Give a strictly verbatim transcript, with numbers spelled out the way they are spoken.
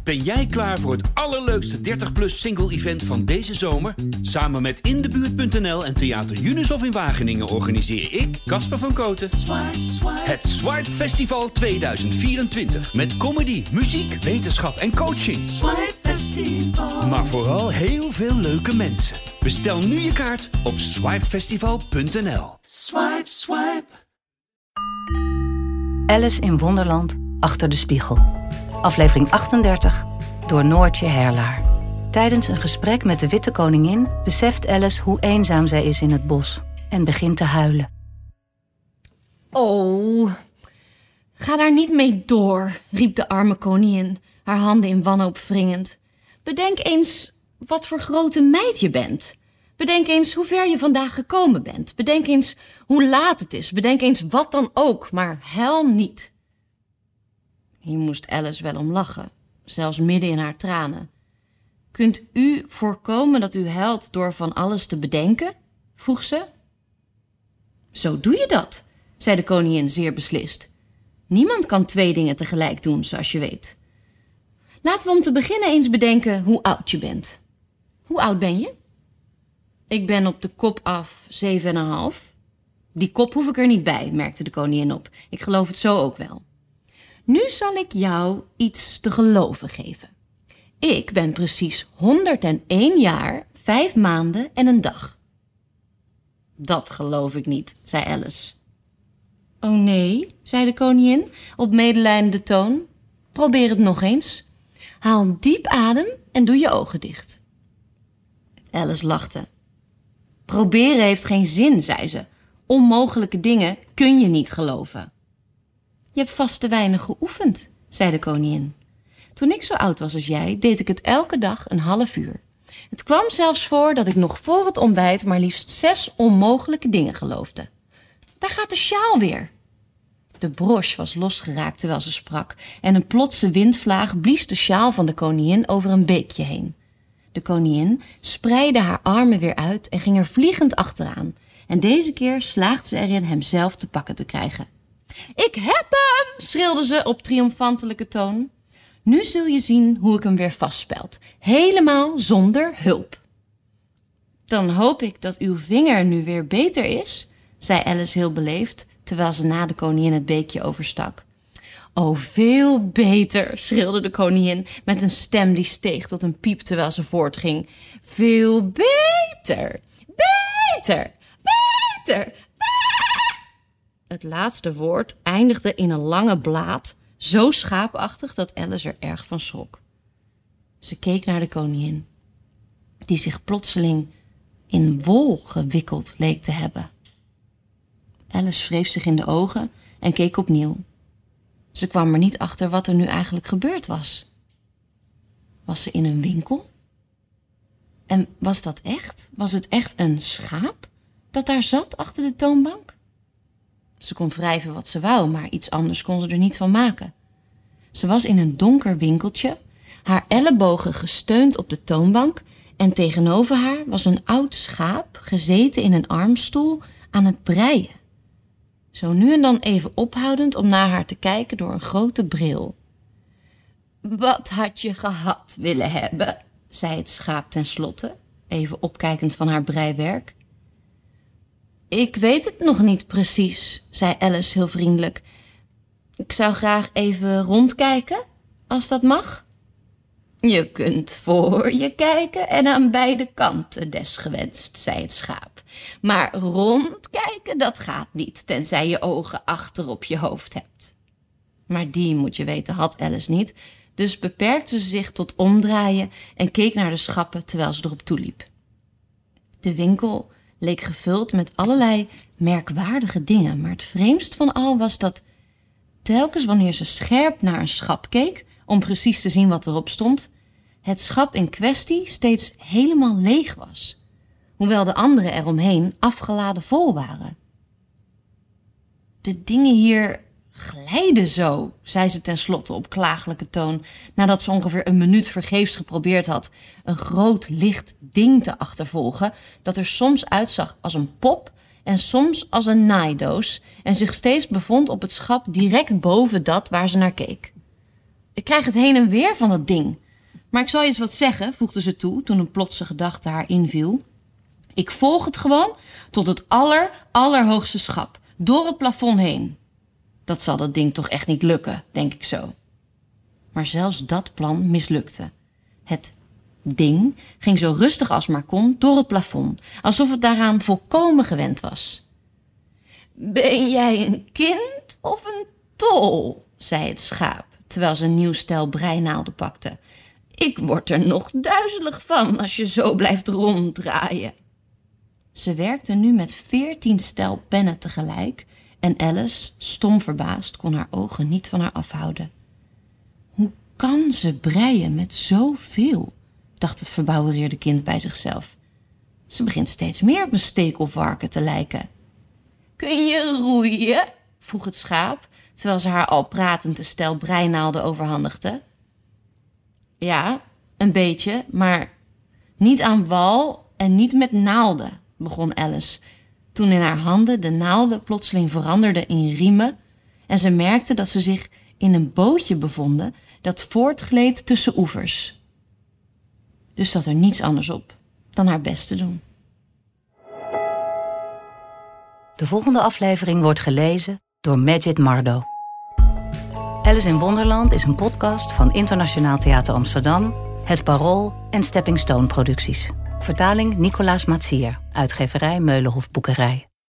Ben jij klaar voor het allerleukste dertig plus single-event van deze zomer? Samen met In de Buurt punt n l en Theater Junushof in Wageningen organiseer ik, Casper van Kooten, Swipe, Swipe. Het Swipe Festival tweeduizend vierentwintig. Met comedy, muziek, wetenschap en coaching. Swipe Festival. Maar vooral heel veel leuke mensen. Bestel nu je kaart op swipe festival punt n l. Swipe, swipe. Alice in Wonderland achter de spiegel. Aflevering achtendertig door Noortje Herlaar. Tijdens een gesprek met de Witte Koningin beseft Alice hoe eenzaam zij is in het bos en begint te huilen. Oh, ga daar niet mee door, riep de arme koningin, haar handen in wanhoop wringend. Bedenk eens wat voor grote meid je bent. Bedenk eens hoe ver je vandaag gekomen bent. Bedenk eens hoe laat het is. Bedenk eens wat dan ook, maar huil niet. Hier moest Alice wel om lachen, zelfs midden in haar tranen. Kunt u voorkomen dat u huilt door van alles te bedenken? Vroeg ze. Zo doe je dat, zei de koningin zeer beslist. Niemand kan twee dingen tegelijk doen, zoals je weet. Laten we om te beginnen eens bedenken hoe oud je bent. Hoe oud ben je? Ik ben op de kop af zeven en een half. Die kop hoef ik er niet bij, merkte de koningin op. Ik geloof het zo ook wel. Nu zal ik jou iets te geloven geven. Ik ben precies honderdéén jaar, vijf maanden en een dag. Dat geloof ik niet, zei Alice. Oh nee, zei de koningin op medelijdende toon. Probeer het nog eens. Haal diep adem en doe je ogen dicht. Alice lachte. Proberen heeft geen zin, zei ze. Onmogelijke dingen kun je niet geloven. Je hebt vast te weinig geoefend, zei de koningin. Toen ik zo oud was als jij, deed ik het elke dag een half uur. Het kwam zelfs voor dat ik nog voor het ontbijt maar liefst zes onmogelijke dingen geloofde. Daar gaat de sjaal weer. De broche was losgeraakt terwijl ze sprak en een plotse windvlaag blies de sjaal van de koningin over een beekje heen. De koningin spreidde haar armen weer uit en ging er vliegend achteraan. En deze keer slaagde ze erin hem zelf te pakken te krijgen. Ik heb hem, schreeuwde ze op triomfantelijke toon. Nu zul je zien hoe ik hem weer vastspeld. Helemaal zonder hulp. Dan hoop ik dat uw vinger nu weer beter is, zei Alice heel beleefd, terwijl ze na de koningin het beekje overstak. Oh, veel beter, schreeuwde de koningin met een stem die steeg tot een piep terwijl ze voortging. Veel beter, beter, beter, beter. Het laatste woord eindigde in een lange blaat, zo schaapachtig dat Alice er erg van schrok. Ze keek naar de koningin, die zich plotseling in wol gewikkeld leek te hebben. Alice wreef zich in de ogen en keek opnieuw. Ze kwam er niet achter wat er nu eigenlijk gebeurd was. Was ze in een winkel? En was dat echt? Was het echt een schaap dat daar zat achter de toonbank? Ze kon wrijven wat ze wou, maar iets anders kon ze er niet van maken. Ze was in een donker winkeltje, haar ellebogen gesteund op de toonbank en tegenover haar was een oud schaap gezeten in een armstoel aan het breien. Zo nu en dan even ophoudend om naar haar te kijken door een grote bril. Wat had je gehad willen hebben, zei het schaap tenslotte, even opkijkend van haar breiwerk. Ik weet het nog niet precies, zei Alice heel vriendelijk. Ik zou graag even rondkijken, als dat mag. Je kunt voor je kijken en aan beide kanten desgewenst, zei het schaap. Maar rondkijken, dat gaat niet, tenzij je ogen achter op je hoofd hebt. Maar die, moet je weten, had Alice niet, dus beperkte ze zich tot omdraaien en keek naar de schappen terwijl ze erop toeliep. De winkel leek gevuld met allerlei merkwaardige dingen, maar het vreemdst van al was dat telkens wanneer ze scherp naar een schap keek, om precies te zien wat erop stond, het schap in kwestie steeds helemaal leeg was, hoewel de anderen eromheen afgeladen vol waren. De dingen hier glijden zo, zei ze tenslotte op klagelijke toon, nadat ze ongeveer een minuut vergeefs geprobeerd had een groot licht ding te achtervolgen, dat er soms uitzag als een pop en soms als een naaidoos en zich steeds bevond op het schap direct boven dat waar ze naar keek. Ik krijg het heen en weer van dat ding. Maar ik zal je eens wat zeggen, voegde ze toe toen een plotse gedachte haar inviel. Ik volg het gewoon tot het aller, allerhoogste schap, door het plafond heen. Dat zal dat ding toch echt niet lukken, denk ik zo. Maar zelfs dat plan mislukte. Het ding ging zo rustig als maar kon door het plafond, alsof het daaraan volkomen gewend was. Ben jij een kind of een tol? Zei het schaap, terwijl ze een nieuw stel breinaalden pakte. Ik word er nog duizelig van als je zo blijft ronddraaien. Ze werkte nu met veertien stel pennen tegelijk en Alice, stom verbaasd, kon haar ogen niet van haar afhouden. Hoe kan ze breien met zoveel? Dacht het verbouwereerde kind bij zichzelf. Ze begint steeds meer op een stekelvarken te lijken. Kun je roeien? Vroeg het schaap, terwijl ze haar al pratend een stel breinaalden overhandigde. Ja, een beetje, maar niet aan wal en niet met naalden, begon Alice, toen in haar handen de naalden plotseling veranderden in riemen en ze merkte dat ze zich in een bootje bevonden dat voortgleed tussen oevers. Dus zat er niets anders op dan haar best te doen. De volgende aflevering wordt gelezen door Majid Mardo. Alice in Wonderland is een podcast van Internationaal Theater Amsterdam, Het Parool en Stepping Stone Producties. Vertaling Nicolaas Matsier, uitgeverij Meulenhof Boekerij.